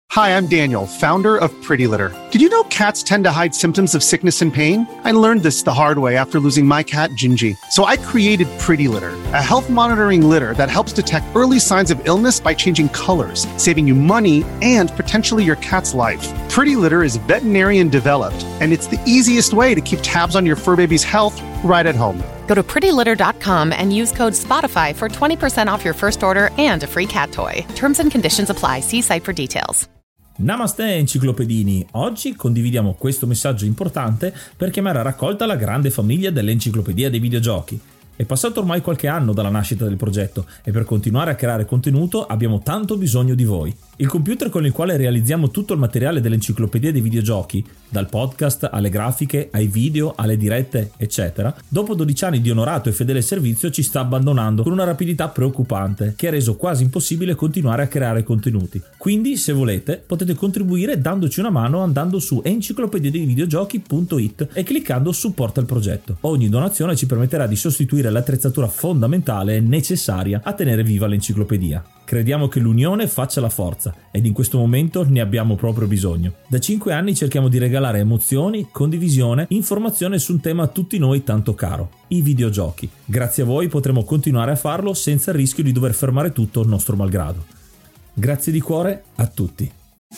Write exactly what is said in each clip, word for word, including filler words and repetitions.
Hi, I'm Daniel, founder of Pretty Litter. Did you know cats tend to hide symptoms of sickness and pain? I learned this the hard way after losing my cat, Gingy. So I created Pretty Litter, a health monitoring litter that helps detect early signs of illness by changing colors, saving you money and potentially your cat's life. Pretty Litter is veterinarian developed, and it's the easiest way to keep tabs on your fur baby's health right at home. Go to pretty litter dot com and use code Spotify for twenty percent off your first order and a free cat toy. Terms and conditions apply. See site for details. Namaste enciclopedini, oggi condividiamo questo messaggio importante per chiamare a raccolta la grande famiglia dell'Enciclopedia dei Videogiochi. È passato ormai qualche anno dalla nascita del progetto e per continuare a creare contenuto abbiamo tanto bisogno di voi. Il computer con il quale realizziamo tutto il materiale dell'Enciclopedia dei Videogiochi, dal podcast alle grafiche, ai video, alle dirette, eccetera, dopo dodici anni di onorato e fedele servizio ci sta abbandonando con una rapidità preoccupante che ha reso quasi impossibile continuare a creare contenuti. Quindi, se volete, potete contribuire dandoci una mano andando su enciclopedia dei videogiochi punto it e cliccando supporta il progetto. Ogni donazione ci permetterà di sostituire l'attrezzatura fondamentale e necessaria a tenere viva l'enciclopedia. Crediamo che l'unione faccia la forza ed in questo momento ne abbiamo proprio bisogno. Da cinque anni cerchiamo di regalare emozioni, condivisione, informazione su un tema a tutti noi tanto caro, i videogiochi. Grazie a voi potremo continuare a farlo senza il rischio di dover fermare tutto nostro malgrado. Grazie di cuore a tutti.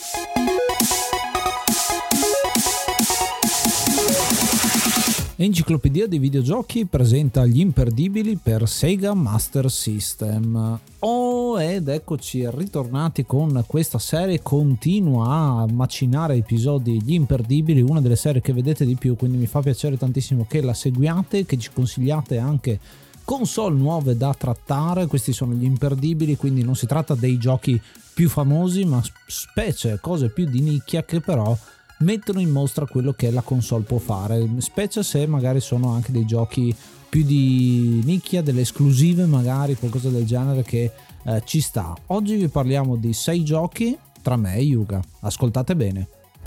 Enciclopedia dei Videogiochi presenta gli imperdibili per Sega Master System. Oh, ed eccoci ritornati con questa serie. Continua a macinare episodi gli imperdibili, una delle serie che vedete di più, quindi mi fa piacere tantissimo che la seguiate, che ci consigliate anche console nuove da trattare. Questi sono gli imperdibili, quindi non si tratta dei giochi più famosi, ma specie cose più di nicchia che però mettono in mostra quello che la console può fare, specie se magari sono anche dei giochi più di nicchia, delle esclusive magari, qualcosa del genere che eh, ci sta. Oggi vi parliamo di sei giochi tra me e Yuga, ascoltate bene.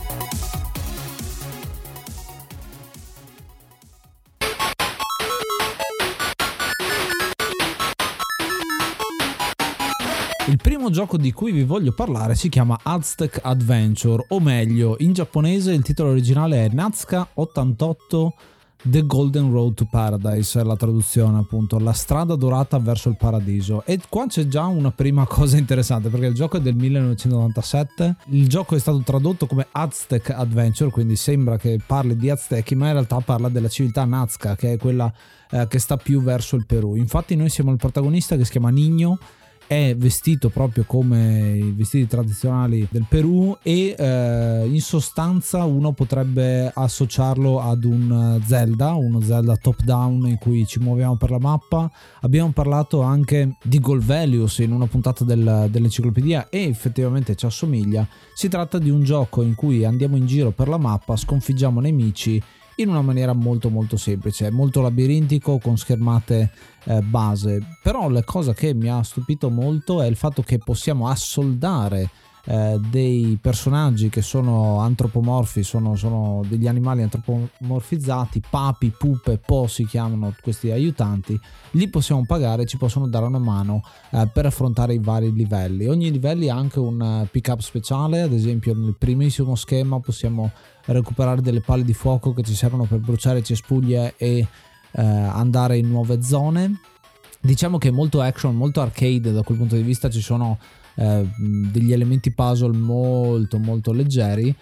Il primo gioco di cui vi voglio parlare si chiama Aztec Adventure, o meglio, in giapponese il titolo originale è Nazca ottantotto The Golden Road to Paradise, è la traduzione appunto, la strada dorata verso il paradiso. E qua c'è già una prima cosa interessante, perché il gioco è del millenovecentonovantasette, il gioco è stato tradotto come Aztec Adventure, quindi sembra che parli di aztechi, ma in realtà parla della civiltà Nazca, che è quella eh, che sta più verso il Perù. Infatti noi siamo il protagonista, che si chiama Niño, è vestito proprio come i vestiti tradizionali del Perù e eh, in sostanza uno potrebbe associarlo ad un Zelda, uno Zelda top down in cui ci muoviamo per la mappa. Abbiamo parlato anche di Golvelius in una puntata del, dell'enciclopedia e effettivamente ci assomiglia. Si tratta di un gioco in cui andiamo in giro per la mappa, sconfiggiamo nemici in una maniera molto molto semplice, molto labirintico, con schermate eh, base. Però la cosa che mi ha stupito molto è il fatto che possiamo assoldare eh, dei personaggi che sono antropomorfi, sono, sono degli animali antropomorfizzati, papi, pupe, po si chiamano questi aiutanti. Li possiamo pagare e ci possono dare una mano eh, per affrontare i vari livelli. Ogni livello ha anche un uh, pick up speciale, ad esempio nel primissimo schema possiamo recuperare delle palle di fuoco che ci servono per bruciare cespuglie e eh, andare in nuove zone. Diciamo che è molto action, molto arcade da quel punto di vista, ci sono eh, degli elementi puzzle molto molto leggeri,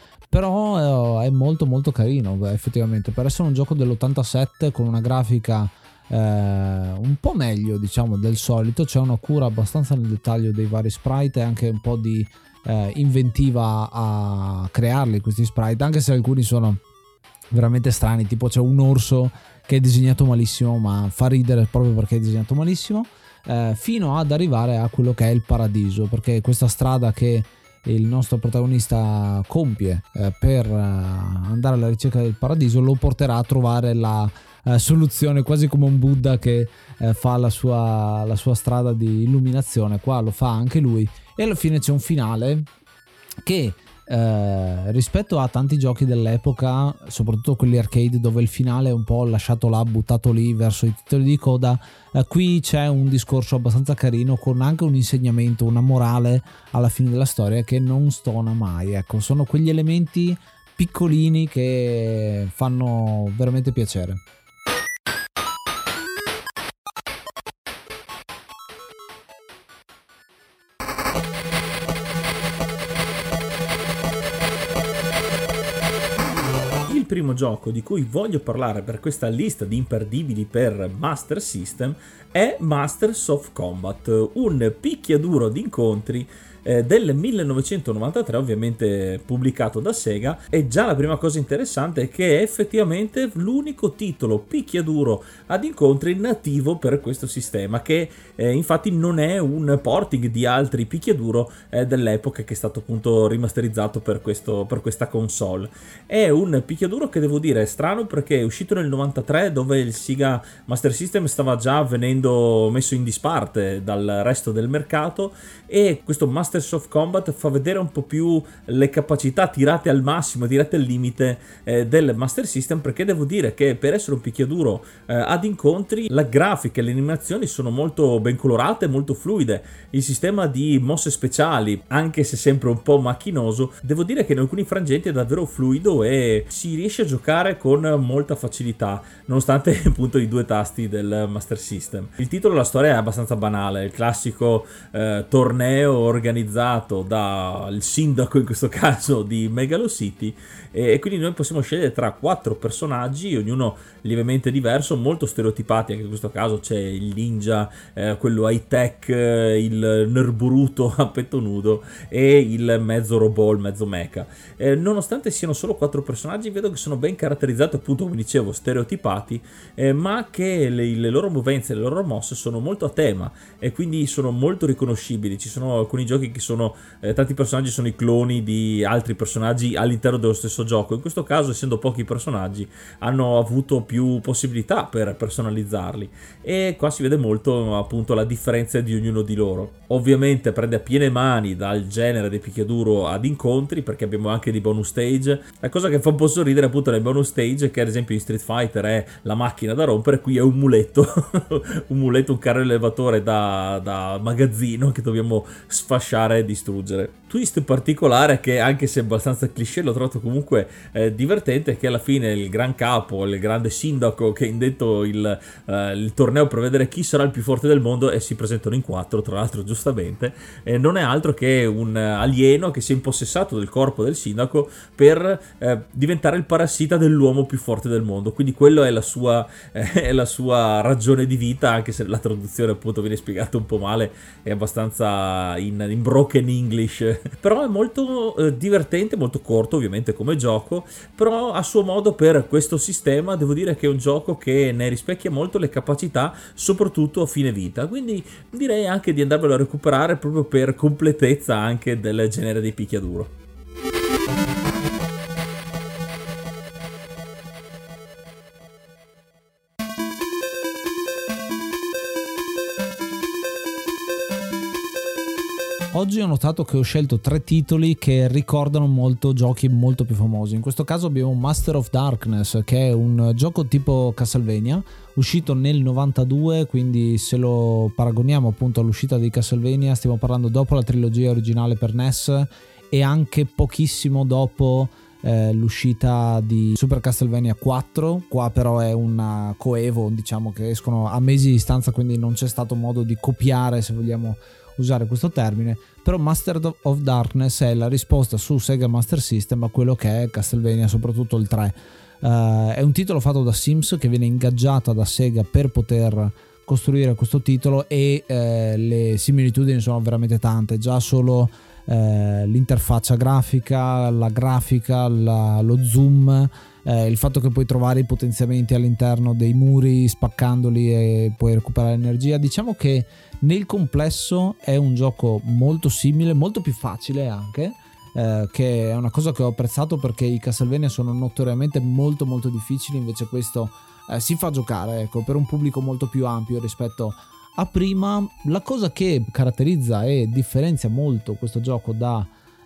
però eh, è molto molto carino effettivamente per essere un gioco dell'ottantasette, con una grafica eh, un po' meglio diciamo del solito. C'è una cura abbastanza nel dettaglio dei vari sprite e anche un po' di Eh, inventiva a crearli questi sprite, anche se alcuni sono veramente strani, tipo c'è un orso che è disegnato malissimo, ma fa ridere proprio perché è disegnato malissimo, eh, fino ad arrivare a quello che è il paradiso, perché questa strada che il nostro protagonista compie eh, per eh, andare alla ricerca del paradiso lo porterà a trovare la eh, soluzione, quasi come un Buddha che eh, fa la sua, la sua strada di illuminazione. Qua lo fa anche lui e alla fine c'è un finale che eh, rispetto a tanti giochi dell'epoca, soprattutto quelli arcade dove il finale è un po' lasciato là, buttato lì verso i titoli di coda, eh, qui c'è un discorso abbastanza carino con anche un insegnamento, una morale alla fine della storia che non stona mai. Ecco, sono quegli elementi piccolini che fanno veramente piacere. Il primo gioco di cui voglio parlare per questa lista di imperdibili per Master System è Masters of Combat, un picchiaduro di incontri eh, del millenovecentonovantatré, ovviamente pubblicato da Sega. E già la prima cosa interessante è che è effettivamente l'unico titolo picchiaduro ad incontri nativo per questo sistema, che eh, infatti non è un porting di altri picchiaduro eh, dell'epoca, che è stato appunto rimasterizzato per, questo, per questa console. È un picchiaduro che devo dire è strano, perché è uscito nel novantatré, dove il Sega Master System stava già venendo messo in disparte dal resto del mercato, e questo Masters of Combat fa vedere un po' più le capacità tirate al massimo, tirate al limite eh, del Master System, perché devo dire che per essere un picchiaduro eh, ad incontri, la grafica e le animazioni sono molto ben colorate, molto fluide. Il sistema di mosse speciali, anche se sempre un po' macchinoso, devo dire che in alcuni frangenti è davvero fluido e si riesce a giocare con molta facilità, nonostante appunto i due tasti del Master System. Il titolo, la storia è abbastanza banale, il classico eh, torneo organizzato dal sindaco, in questo caso di Megalo City, e quindi noi possiamo scegliere tra quattro personaggi, ognuno lievemente diverso, molto stereotipati. Anche in questo caso c'è il ninja, eh, quello high tech, eh, il nerburuto a petto nudo e il mezzo robot, il mezzo mecha. Eh, nonostante siano solo quattro personaggi, vedo che sono ben caratterizzati, appunto come dicevo, stereotipati, eh, ma che le, le loro movenze, le loro mosse sono molto a tema e quindi sono molto riconoscibili. Ci sono alcuni giochi che sono, eh, tanti personaggi sono i cloni di altri personaggi all'interno dello stesso gioco. In questo caso, essendo pochi personaggi, hanno avuto più possibilità per personalizzarli, e qua si vede molto appunto la differenza di ognuno di loro. Ovviamente prende a piene mani dal genere dei picchiaduro ad incontri, perché abbiamo anche dei bonus stage. La cosa che fa un po' sorridere appunto nei bonus stage è che ad esempio in Street Fighter è la macchina da rompere, qui è un muletto un muletto, un carro elevatore da, da magazzino che dobbiamo sfasciare e distruggere. Twist particolare, che anche se abbastanza cliché, l'ho trovato comunque eh, divertente, che alla fine il gran capo, il grande sindaco che ha indetto il, eh, il torneo per vedere chi sarà il più forte del mondo, e si presentano in quattro, tra l'altro giustamente, eh, non è altro che un alieno che si è impossessato del corpo del sindaco per eh, diventare il parassita dell'uomo più forte del mondo. Quindi quello è la sua, eh, è la sua ragione di vita, anche se la traduzione appunto viene spiegata un po' male, è abbastanza in, in broken English. Però è molto eh, divertente, molto corto ovviamente come gioco, però a suo modo per questo sistema devo dire che è un gioco che ne rispecchia molto le capacità, soprattutto a fine vita, quindi direi anche di andarvelo a recuperare proprio per completezza anche del genere dei picchiaduro. Oggi ho notato che ho scelto tre titoli che ricordano molto giochi molto più famosi. In questo caso abbiamo Master of Darkness, che è un gioco tipo Castlevania, uscito nel novantadue, quindi se lo paragoniamo appunto all'uscita di Castlevania stiamo parlando dopo la trilogia originale per N E S e anche pochissimo dopo eh, l'uscita di Super Castlevania quattro. Qua però è una coevo, diciamo che escono a mesi di distanza, quindi non c'è stato modo di copiare, se vogliamo usare questo termine. Però Master of Darkness è la risposta su Sega Master System a quello che è Castlevania, soprattutto il tre. Uh, è un titolo fatto da Sims che viene ingaggiata da Sega per poter costruire questo titolo, e eh, le similitudini sono veramente tante. Già solo eh, l'interfaccia grafica, la grafica, la, lo zoom, eh, il fatto che puoi trovare i potenziamenti all'interno dei muri spaccandoli e puoi recuperare energia. Diciamo che nel complesso è un gioco molto simile, molto più facile anche, eh, che è una cosa che ho apprezzato, perché i Castlevania sono notoriamente molto molto difficili, invece questo eh, si fa giocare, ecco, per un pubblico molto più ampio rispetto a prima. La cosa che caratterizza e differenzia molto questo gioco da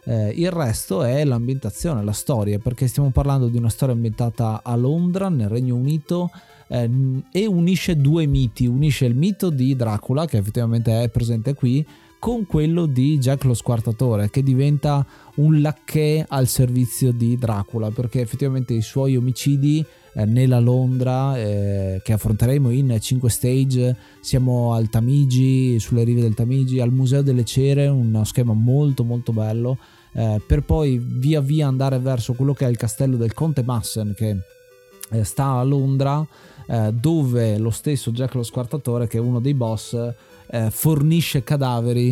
Eh, il resto è l'ambientazione, la storia, perché stiamo parlando di una storia ambientata a Londra, nel Regno Unito, eh, e unisce due miti, unisce il mito di Dracula, che effettivamente è presente qui, con quello di Jack lo Squartatore, che diventa un lacchè al servizio di Dracula, perché effettivamente i suoi omicidi eh, nella Londra eh, che affronteremo in cinque stage, siamo al Tamigi, sulle rive del Tamigi, al Museo delle Cere, uno schema molto molto bello, eh, per poi via via andare verso quello che è il castello del Conte Massen, che eh, sta a Londra, eh, dove lo stesso Jack lo Squartatore, che è uno dei boss, eh, fornisce cadaveri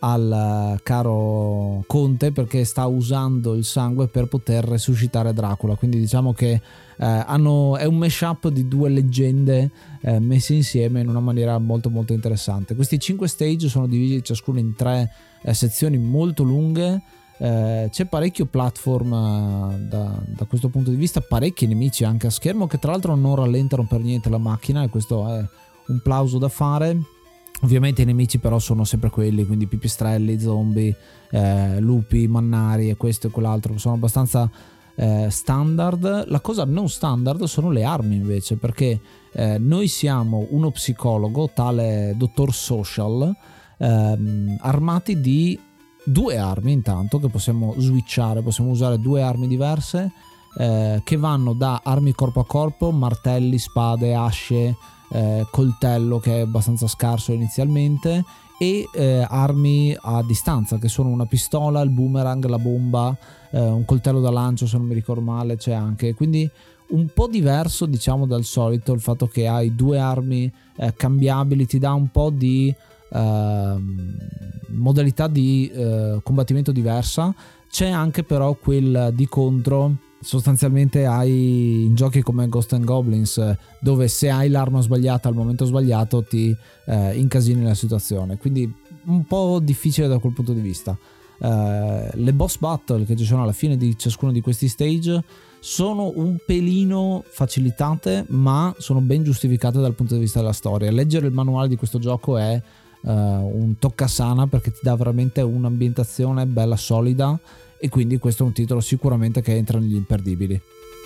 al caro conte, perché sta usando il sangue per poter resuscitare Dracula. Quindi diciamo che eh, hanno, è un mashup di due leggende eh, messe insieme in una maniera molto molto interessante. Questi cinque stage sono divisi ciascuno in tre eh, sezioni molto lunghe. Eh, c'è parecchio platform eh, da, da questo punto di vista, parecchi nemici anche a schermo, che tra l'altro non rallentano per niente la macchina, e questo è un plauso da fare. Ovviamente i nemici però sono sempre quelli, quindi pipistrelli, zombie, eh, lupi, mannari e questo e quell'altro, sono abbastanza eh, standard. La cosa non standard sono le armi invece, perché eh, noi siamo uno psicologo, tale dottor Social, ehm, armati di due armi intanto, che possiamo switchare, possiamo usare due armi diverse, eh, che vanno da armi corpo a corpo, martelli, spade, asce, Eh, coltello, che è abbastanza scarso inizialmente, e eh, armi a distanza, che sono una pistola, il boomerang, la bomba, eh, un coltello da lancio se non mi ricordo male c'è anche, quindi un po' diverso diciamo dal solito. Il fatto che hai due armi eh, cambiabili ti dà un po' di eh, modalità di eh, combattimento diversa. C'è anche però quel di contro, sostanzialmente hai in giochi come Ghost and Goblins, dove se hai l'arma sbagliata al momento sbagliato ti eh, incasini la situazione, quindi un po' difficile da quel punto di vista. Eh, le boss battle che ci sono alla fine di ciascuno di questi stage sono un pelino facilitate, ma sono ben giustificate dal punto di vista della storia. Leggere il manuale di questo gioco è eh, un toccasana, perché ti dà veramente un'ambientazione bella solida, e quindi questo è un titolo sicuramente che entra negli imperdibili.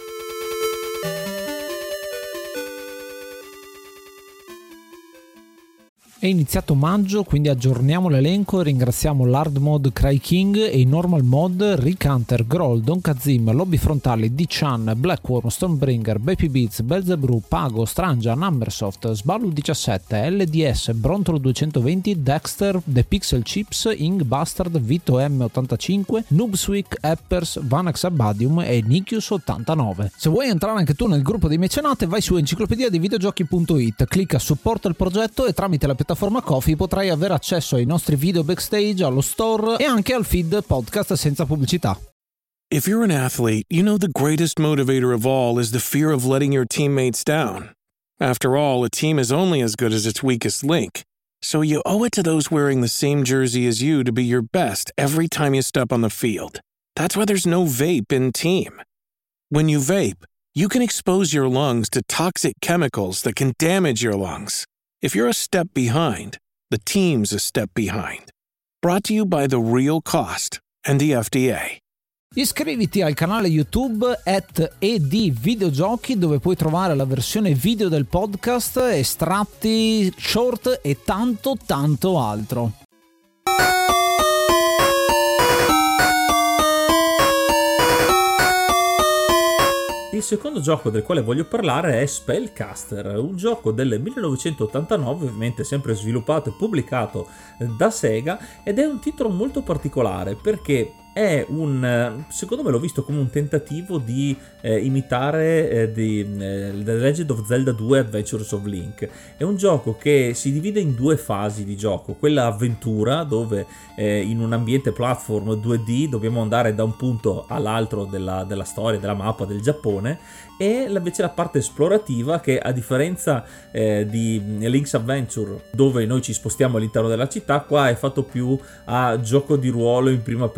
È iniziato maggio, quindi aggiorniamo l'elenco e ringraziamo l'hard mod Cry King e i normal mod Rick Hunter, Groll, Don Kazim, Lobby Frontali, D-Chan, Blackworm, Stonebringer, Baby Beats, Belzebrew, Pago, Strangia, Numbersoft, Sballu diciassette, L D S, Brontolo duecentoventi, Dexter, The Pixel Chips, Ing Bastard, Vito M ottantacinque, Noobswick, Eppers, Vanax Abadium e Nikius ottantanove. Se vuoi entrare anche tu nel gruppo dei mecenate, vai su enciclopedia dei videogiochi punto it, clicca supporta il progetto e tramite la piattaforma Forma Coffee potrai avere accesso ai nostri video backstage, allo store e anche al feed podcast senza pubblicità. If you're an athlete, you know the greatest motivator of all is the fear of letting your teammates down. After all, a team is only as good as its weakest link. So you owe it to those wearing the same jersey as you to be your best every time you step on the field. That's why there's no vape in team. When you vape, you can expose your lungs to toxic chemicals that can damage your lungs. If you're a step behind, the team's a step behind. Brought to you by The Real Cost and the F D A. Iscriviti al canale YouTube at edvideogiochi, dove puoi trovare la versione video del podcast, estratti, short e tanto tanto altro. Il secondo gioco del quale voglio parlare è Spellcaster, un gioco del millenovecentottantanove, ovviamente sempre sviluppato e pubblicato da Sega, ed è un titolo molto particolare perché è un, secondo me l'ho visto come un tentativo di eh, imitare eh, di, eh, The Legend of Zelda due Adventures of Link. È un gioco che si divide in due fasi di gioco, quella avventura dove eh, in un ambiente platform due D dobbiamo andare da un punto all'altro della, della storia, della mappa del Giappone, e invece la parte esplorativa che, a differenza eh, di Link's Adventure dove noi ci spostiamo all'interno della città, qua è fatto più a gioco di ruolo in prima persona,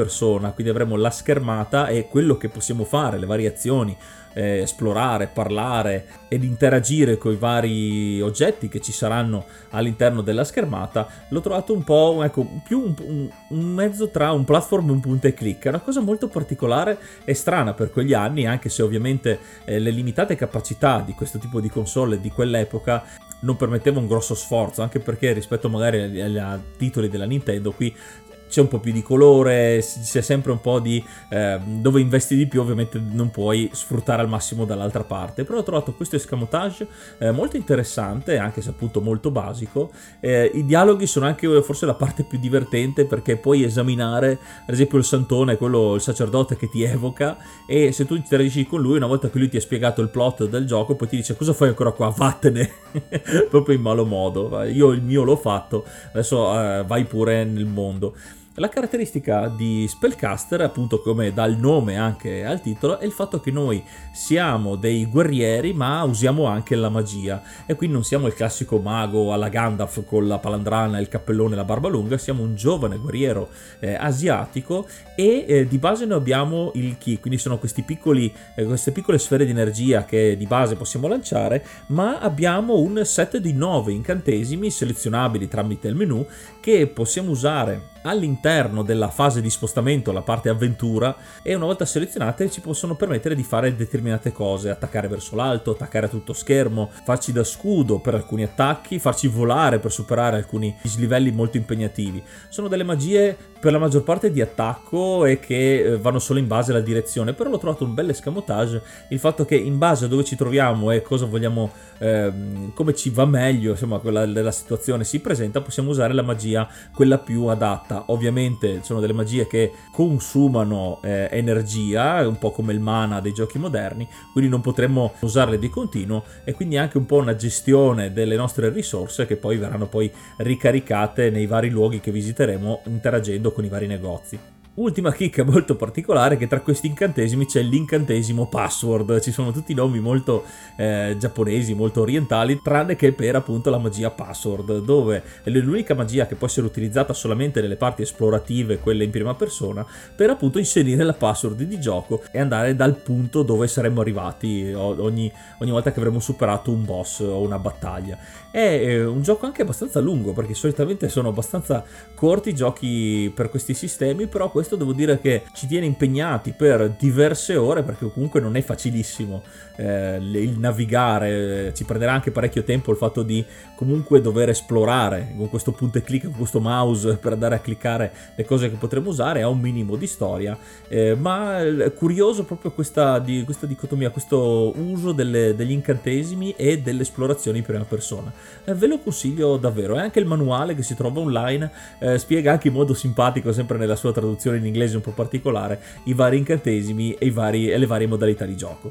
persona, quindi avremo la schermata e quello che possiamo fare, le variazioni, eh, esplorare, parlare ed interagire con i vari oggetti che ci saranno all'interno della schermata. L'ho trovato un po', ecco, più un, un, un mezzo tra un platform e un punta e click. È una cosa molto particolare e strana per quegli anni, anche se ovviamente eh, le limitate capacità di questo tipo di console di quell'epoca non permetteva un grosso sforzo, anche perché rispetto magari agli, agli titoli della Nintendo qui c'è un po' più di colore, c'è sempre un po' di eh, dove investi di più, ovviamente non puoi sfruttare al massimo dall'altra parte. Però ho trovato questo escamotage eh, molto interessante, anche se appunto molto basico. Eh, i dialoghi sono anche forse la parte più divertente, perché puoi esaminare ad esempio il santone, quello, il sacerdote che ti evoca, e se tu interagisci con lui, una volta che lui ti ha spiegato il plot del gioco, poi ti dice: cosa fai ancora qua, vattene. Proprio in malo modo. Io il mio l'ho fatto, adesso eh, vai pure nel mondo. La caratteristica di Spellcaster, appunto come dà il nome anche al titolo, è il fatto che noi siamo dei guerrieri ma usiamo anche la magia, e quindi non siamo il classico mago alla Gandalf con la palandrana, il cappellone e la barba lunga. Siamo un giovane guerriero eh, asiatico e eh, di base noi abbiamo il ki, quindi sono questi piccoli, eh, queste piccole sfere di energia che di base possiamo lanciare, ma abbiamo un set di nove incantesimi selezionabili tramite il menu che possiamo usare all'interno della fase di spostamento, la parte avventura, e una volta selezionate ci possono permettere di fare determinate cose: attaccare verso l'alto, attaccare a tutto schermo, farci da scudo per alcuni attacchi, farci volare per superare alcuni dislivelli molto impegnativi. Sono delle magie per la maggior parte di attacco e che vanno solo in base alla direzione, però l'ho trovato un bel escamotage il fatto che in base a dove ci troviamo e cosa vogliamo, ehm, come ci va meglio, insomma quella della situazione si presenta, possiamo usare la magia quella più adatta. Ovviamente sono delle magie che consumano eh, energia, un po' come il mana dei giochi moderni, quindi non potremmo usarle di continuo, e quindi anche un po' una gestione delle nostre risorse che poi verranno poi ricaricate nei vari luoghi che visiteremo interagendo con i vari negozi. Ultima chicca molto particolare, che tra questi incantesimi c'è l'incantesimo password. Ci sono tutti nomi molto eh, giapponesi, molto orientali, tranne che per appunto la magia password, dove è l'unica magia che può essere utilizzata solamente nelle parti esplorative, quelle in prima persona, per appunto inserire la password di gioco e andare dal punto dove saremmo arrivati ogni, ogni volta che avremo superato un boss o una battaglia. È un gioco anche abbastanza lungo, perché solitamente sono abbastanza corti i giochi per questi sistemi, però questo devo dire che ci tiene impegnati per diverse ore, perché comunque non è facilissimo eh, il navigare. Ci prenderà anche parecchio tempo il fatto di comunque dover esplorare con questo punto e clic, con questo mouse, per andare a cliccare le cose che potremo usare. Ha un minimo di storia, eh, ma è curioso proprio questa, di, questa dicotomia, questo uso delle, degli incantesimi e delle esplorazioni in prima persona. Eh, ve lo consiglio davvero. E anche il manuale che si trova online eh, spiega anche in modo simpatico, sempre nella sua traduzione in inglese un po' particolare, i vari incantesimi e, i vari, e le varie modalità di gioco.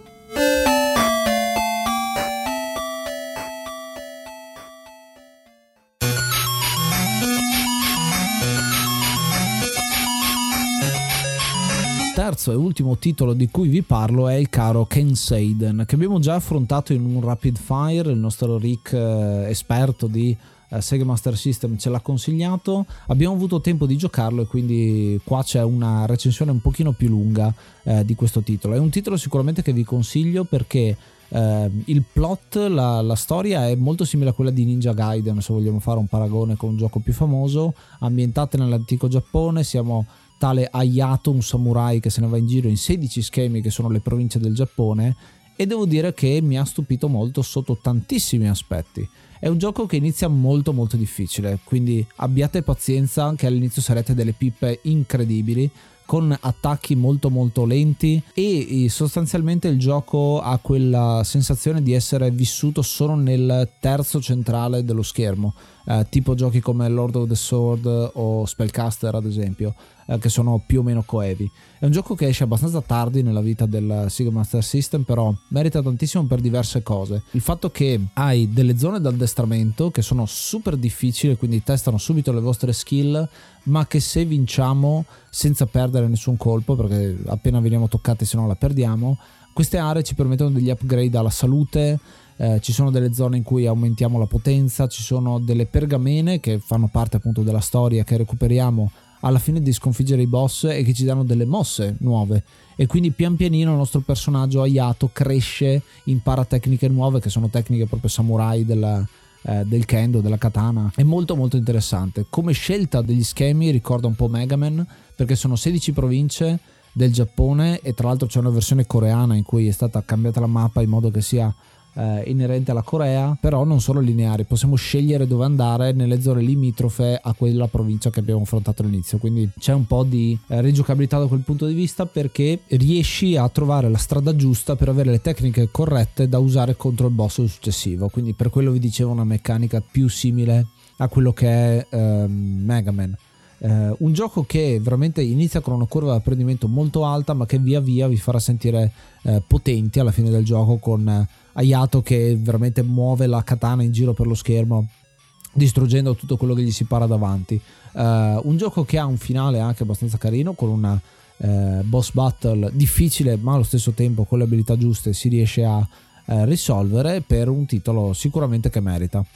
Terzo e ultimo titolo di cui vi parlo è il caro Kenseiden, che abbiamo già affrontato in un rapid fire. Il nostro Rick eh, esperto di eh, Sega Master System ce l'ha consigliato, abbiamo avuto tempo di giocarlo e quindi qua c'è una recensione un pochino più lunga eh, di questo titolo. È un titolo sicuramente che vi consiglio perché eh, il plot, la, la storia è molto simile a quella di Ninja Gaiden, se vogliamo fare un paragone con un gioco più famoso, ambientate nell'antico Giappone. Siamo tale Hayato, un samurai che se ne va in giro in sedici schemi che sono le province del Giappone, e devo dire che mi ha stupito molto sotto tantissimi aspetti. È un gioco che inizia molto molto difficile, quindi abbiate pazienza che all'inizio sarete delle pippe incredibili, con attacchi molto molto lenti, e sostanzialmente il gioco ha quella sensazione di essere vissuto solo nel terzo centrale dello schermo, eh, tipo giochi come Lord of the Sword o Spellcaster ad esempio, eh, che sono più o meno coevi. È un gioco che esce abbastanza tardi nella vita del Sega Master System, però merita tantissimo per diverse cose. Il fatto che hai delle zone d'addestramento che sono super difficili, quindi testano subito le vostre skill, ma che se vinciamo senza perdere nessun colpo, perché appena veniamo toccati se no la perdiamo, queste aree ci permettono degli upgrade alla salute. Eh, ci sono delle zone in cui aumentiamo la potenza, ci sono delle pergamene che fanno parte appunto della storia che recuperiamo alla fine di sconfiggere i boss e che ci danno delle mosse nuove, e quindi pian pianino il nostro personaggio Hayato cresce, impara tecniche nuove che sono tecniche proprio samurai della, eh, del kendo, della katana. È molto molto interessante. Come scelta degli schemi ricorda un po' Mega Man, perché sono sedici province del Giappone e tra l'altro c'è una versione coreana in cui è stata cambiata la mappa in modo che sia eh, inerente alla Corea, però non sono lineari, possiamo scegliere dove andare nelle zone limitrofe a quella provincia che abbiamo affrontato all'inizio, quindi c'è un po' di eh, rigiocabilità da quel punto di vista, perché riesci a trovare la strada giusta per avere le tecniche corrette da usare contro il boss successivo, quindi per quello vi dicevo una meccanica più simile a quello che è ehm, Mega Man. Uh, un gioco che veramente inizia con una curva di apprendimento molto alta, ma che via via vi farà sentire uh, potenti alla fine del gioco, con uh, Hayato che veramente muove la katana in giro per lo schermo, distruggendo tutto quello che gli si para davanti. Uh, un gioco che ha un finale anche abbastanza carino, con una uh, boss battle difficile, ma allo stesso tempo con le abilità giuste si riesce a uh, risolvere, per un titolo sicuramente che merita.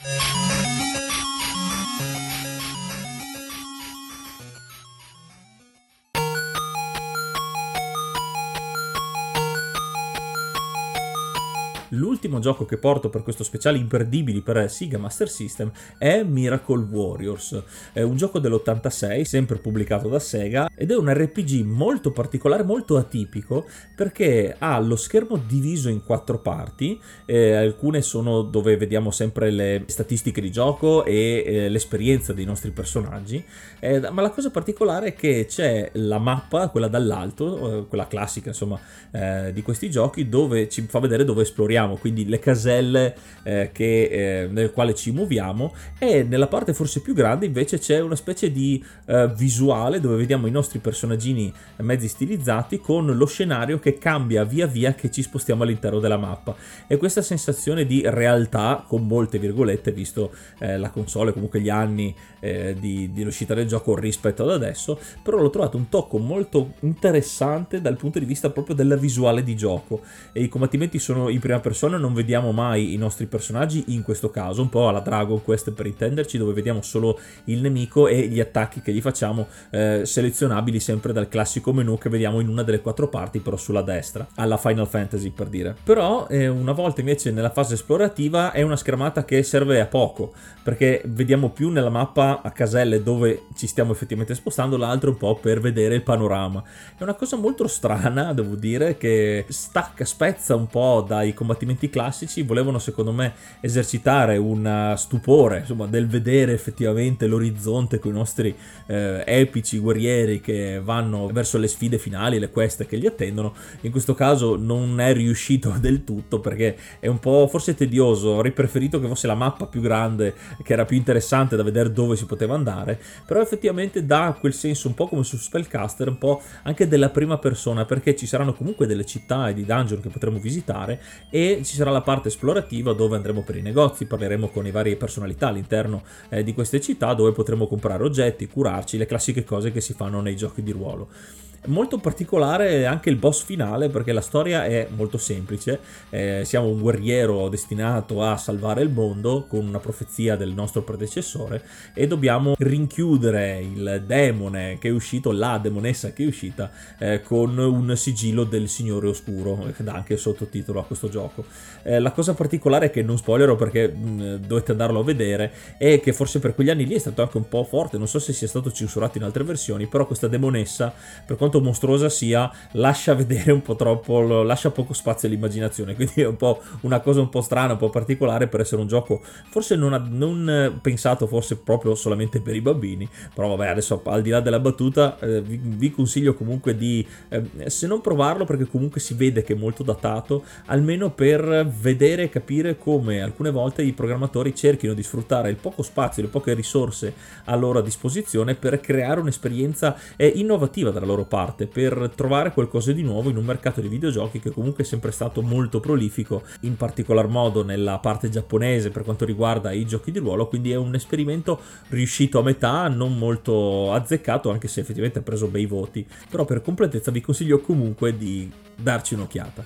L'ultimo gioco che porto per questo speciale imperdibili per Sega Master System è Miracle Warriors, è un gioco dell'ottantasei, sempre pubblicato da Sega, ed è un R P G molto particolare, molto atipico, perché ha lo schermo diviso in quattro parti, eh, alcune sono dove vediamo sempre le statistiche di gioco e eh, l'esperienza dei nostri personaggi, eh, ma la cosa particolare è che c'è la mappa, quella dall'alto, eh, quella classica insomma eh, di questi giochi, dove ci fa vedere dove esploriamo, quindi le caselle eh, che, eh, nel quale ci muoviamo, e nella parte forse più grande invece c'è una specie di eh, visuale dove vediamo i nostri personaggini mezzi stilizzati con lo scenario che cambia via via che ci spostiamo all'interno della mappa, e questa sensazione di realtà, con molte virgolette, visto eh, la console, comunque gli anni eh, di, di uscita del gioco rispetto ad adesso, però l'ho trovato un tocco molto interessante dal punto di vista proprio della visuale di gioco, e i combattimenti sono in prima persona, non vediamo mai i nostri personaggi in questo caso, un po' alla Dragon Quest per intenderci, dove vediamo solo il nemico e gli attacchi che gli facciamo, eh, selezionabili sempre dal classico menu che vediamo in una delle quattro parti, però sulla destra, alla Final Fantasy per dire. Però eh, una volta invece nella fase esplorativa è una schermata che serve a poco, perché vediamo più nella mappa a caselle dove ci stiamo effettivamente spostando, l'altro un po' per vedere il panorama. È una cosa molto strana, devo dire, che stacca, spezza un po' dai combattimenti classici. Volevano secondo me esercitare un stupore, insomma, del vedere effettivamente l'orizzonte con i nostri eh, epici guerrieri che vanno verso le sfide finali, le quest che li attendono. In questo caso non è riuscito del tutto, perché è un po' forse tedioso. Avrei preferito che fosse la mappa più grande, che era più interessante da vedere dove si poteva andare, però effettivamente dà quel senso un po' come su Spellcaster, un po' anche della prima persona, perché ci saranno comunque delle città e di dungeon che potremo visitare, e ci sarà la parte esplorativa dove andremo per i negozi, parleremo con i varie personalità all'interno eh, di queste città, dove potremo comprare oggetti, curarci, le classiche cose che si fanno nei giochi di ruolo. Molto particolare anche il boss finale, perché la storia è molto semplice. Eh, siamo un guerriero destinato a salvare il mondo con una profezia del nostro predecessore, e dobbiamo rinchiudere il demone che è uscito, la demonessa che è uscita, eh, con un sigillo del Signore Oscuro, che dà anche il sottotitolo a questo gioco. Eh, la cosa particolare è che non spoilerò, perché mh, dovete andarlo a vedere, è che forse per quegli anni lì è stato anche un po' forte, non so se sia stato censurato in altre versioni, però questa demonessa, per quanto mostruosa sia, lascia vedere un po' troppo, lascia poco spazio all'immaginazione, quindi è un po' una cosa un po' strana, un po' particolare per essere un gioco forse non, non pensato forse proprio solamente per i bambini. Però vabbè, adesso al di là della battuta, eh, vi, vi consiglio comunque di eh, se non provarlo, perché comunque si vede che è molto datato, almeno per vedere e capire come alcune volte i programmatori cerchino di sfruttare il poco spazio, le poche risorse a loro a disposizione per creare un'esperienza eh, innovativa dalla loro parte, per trovare qualcosa di nuovo in un mercato di videogiochi che comunque è sempre stato molto prolifico, in particolar modo nella parte giapponese per quanto riguarda i giochi di ruolo. Quindi è un esperimento riuscito a metà, non molto azzeccato, anche se effettivamente ha preso bei voti, però per completezza vi consiglio comunque di darci un'occhiata.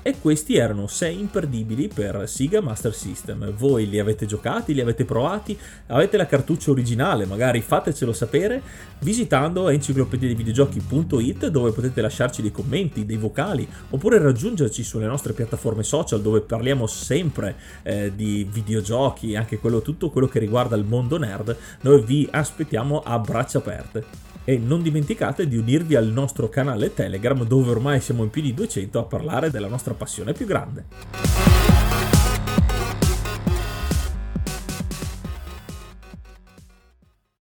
E questi erano sei imperdibili per Sega Master System. Voi li avete giocati, li avete provati, avete la cartuccia originale, magari fatecelo sapere visitando enciclopedia di videogiochi punto it, dove potete lasciarci dei commenti, dei vocali, oppure raggiungerci sulle nostre piattaforme social dove parliamo sempre eh, di videogiochi, anche quello, tutto quello che riguarda il mondo nerd. Noi vi aspettiamo a braccia aperte. E non dimenticate di unirvi al nostro canale Telegram, dove ormai siamo in più di duecento a parlare della nostra passione più grande.